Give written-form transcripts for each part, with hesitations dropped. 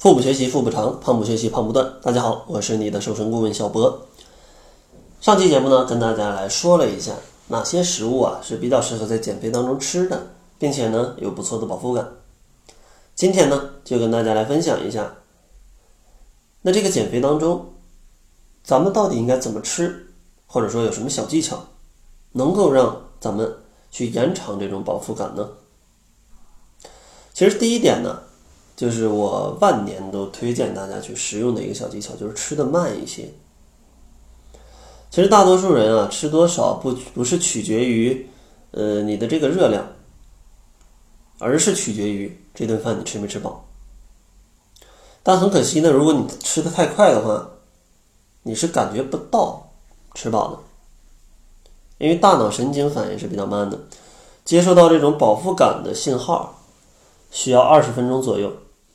腹部学习腹部长，胖不学习胖不断。大家好，我是你的瘦身顾问小博。上期节目呢，跟大家来说了一下哪些食物是比较适合在减肥当中吃的，并且呢有不错的饱腹感。今天呢就跟大家来分享一下，那这个减肥当中咱们到底应该怎么吃，或者说有什么小技巧能够让咱们去延长这种饱腹感呢？其实第一点呢，就是我万年都推荐大家去实用的一个小技巧，就是吃得慢一些。其实大多数人吃多少不是取决于你的这个热量，而是取决于这顿饭你吃没吃饱。但很可惜呢，如果你吃得太快的话，你是感觉不到吃饱的，因为大脑神经反应是比较慢的，接受到这种饱腹感的信号需要20分钟左右。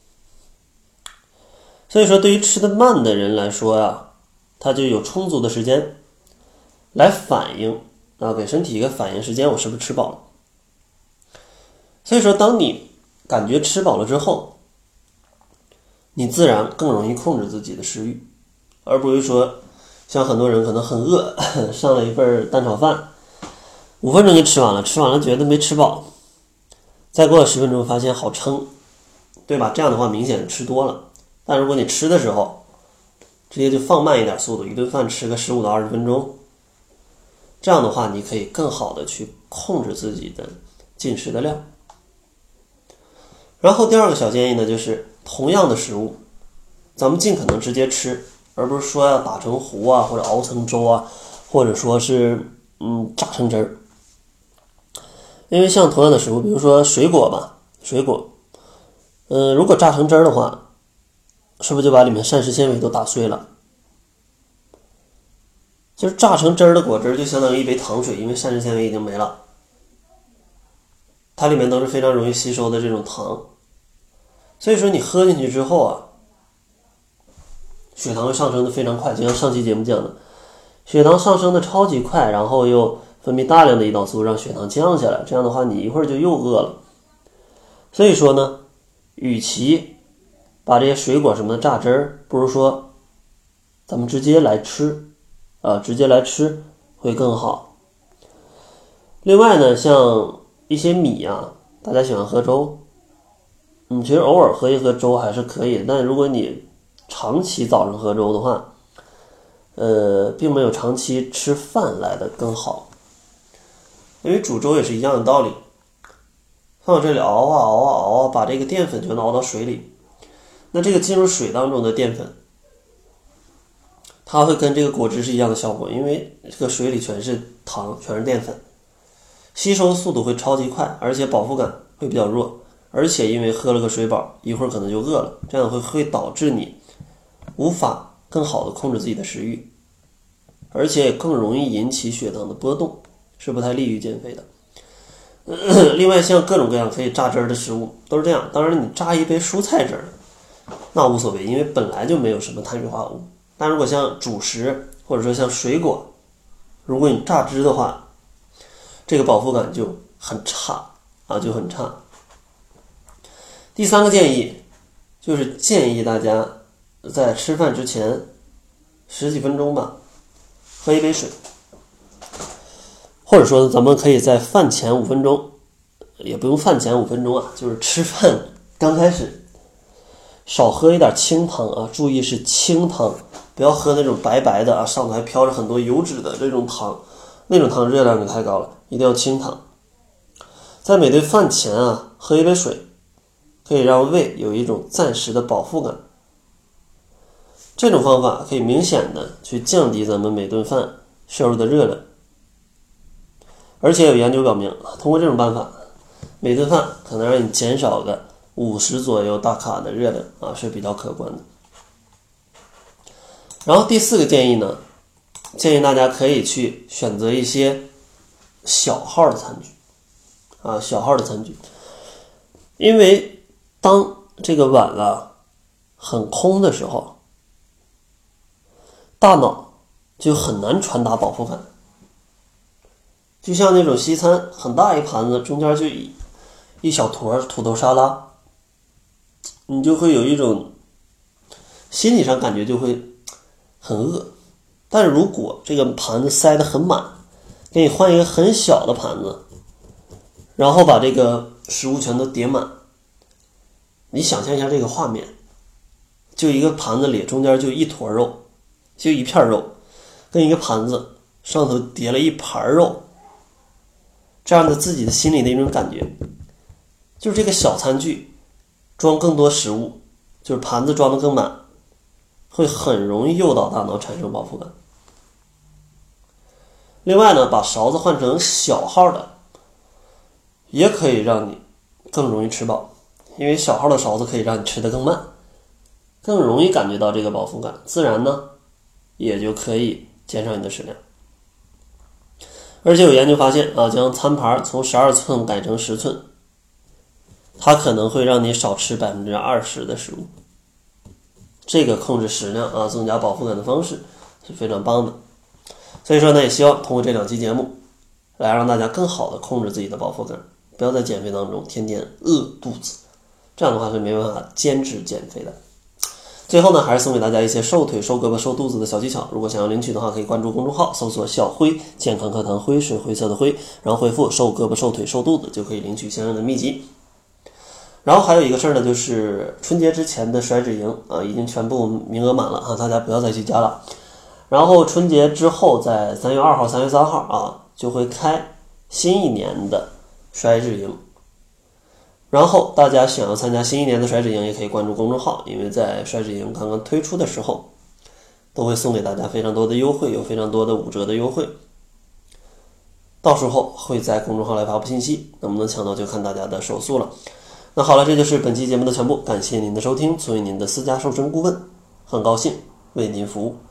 所以说对于吃得慢的人来说他就有充足的时间来反应给身体一个反应时间，我是不是吃饱了。所以说当你感觉吃饱了之后，你自然更容易控制自己的食欲，而不是说像很多人可能很饿，上了一份蛋炒饭5分钟就吃完了，吃完了觉得没吃饱，再过了10分钟发现好撑，对吧？这样的话明显吃多了。但如果你吃的时候直接就放慢一点速度，一顿饭吃个15到20分钟，这样的话你可以更好的去控制自己的进食的量。然后第二个小建议呢，就是同样的食物咱们尽可能直接吃，而不是说要打成糊或者熬成粥或者说是榨成汁儿。因为像同样的食物，比如说水果如果榨成汁儿的话，是不是就把里面膳食纤维都打碎了？就是榨成汁儿的果汁就相当于一杯糖水，因为膳食纤维已经没了，它里面都是非常容易吸收的这种糖，所以说你喝进去之后血糖会上升的非常快，就像上期节目讲的，血糖上升的超级快，然后又分泌大量的胰岛素让血糖降下来，这样的话你一会儿就又饿了。所以说呢，与其把这些水果什么的榨汁儿，不如说咱们直接来吃会更好。另外呢，像一些米大家喜欢喝粥，其实偶尔喝一喝粥还是可以的，但如果你长期早上喝粥的话，并没有长期吃饭来的更好。因为煮粥也是一样的道理，放到这里熬把这个淀粉全都熬到水里，那这个进入水当中的淀粉，它会跟这个果汁是一样的效果，因为这个水里全是糖，全是淀粉，吸收速度会超级快，而且饱腹感会比较弱，而且因为喝了个水饱，一会儿可能就饿了，这样会导致你无法更好的控制自己的食欲，而且更容易引起血糖的波动，是不太利于减肥的。另外像各种各样可以榨汁的食物都是这样，当然你榨一杯蔬菜汁那无所谓，因为本来就没有什么碳水化合物。但如果像主食或者说像水果，如果你榨汁的话，这个饱腹感就很差第三个建议就是建议大家在吃饭之前10几分钟喝一杯水，或者说咱们可以在饭前5分钟，也不用饭前5分钟就是吃饭刚开始少喝一点清汤注意是清汤，不要喝那种白白的上头还飘着很多油脂的这种汤，那种汤热量就太高了，一定要清汤。在每顿饭前喝一杯水，可以让胃有一种暂时的饱腹感。这种方法可以明显的去降低咱们每顿饭摄入的热量，而且有研究表明，通过这种办法，每顿饭可能让你减少个50左右大卡的热量是比较可观的。然后第4个建议呢，建议大家可以去选择一些小号的餐具因为当这个碗很空的时候，大脑就很难传达饱腹感。就像那种西餐很大一盘子，中间就一小坨土豆沙拉，你就会有一种心理上感觉就会很饿。但是如果这个盘子塞得很满，给你换一个很小的盘子，然后把这个食物全都叠满，你想象一下这个画面，就一个盘子里中间就一坨肉，就一片肉，跟一个盘子上头叠了一盘肉，这样的自己的心里的一种感觉，就是这个小餐具装更多食物，就是盘子装得更满，会很容易诱导大脑产生饱腹感。另外呢，把勺子换成小号的，也可以让你更容易吃饱，因为小号的勺子可以让你吃得更慢，更容易感觉到这个饱腹感，自然呢也就可以减少你的食量。而且有研究发现啊，将餐盘从12寸改成10寸，它可能会让你少吃 20% 的食物。这个控制食量啊，增加饱腹感的方式是非常棒的。所以说呢，也希望通过这2期节目来让大家更好的控制自己的饱腹感，不要在减肥当中天天饿肚子，这样的话是没办法坚持减肥的。最后呢，还是送给大家一些瘦腿、瘦胳膊、瘦肚子的小技巧。如果想要领取的话，可以关注公众号，搜索小辉健康课堂，辉是灰色的灰，然后回复瘦胳膊、瘦腿、瘦肚子，就可以领取相应的秘籍。然后还有一个事儿呢，就是春节之前的甩脂营啊，已经全部名额满了啊，大家不要再去加了。然后春节之后，在3月2号、3月3号啊，就会开新一年的甩脂营。然后大家想要参加新一年的甩脂营，也可以关注公众号，因为在甩脂营刚刚推出的时候，都会送给大家非常多的优惠，有非常多的5折的优惠。到时候会在公众号来发布信息，能不能抢到就看大家的手速了。那好了，这就是本期节目的全部，感谢您的收听，作为您的私家瘦身顾问，很高兴为您服务。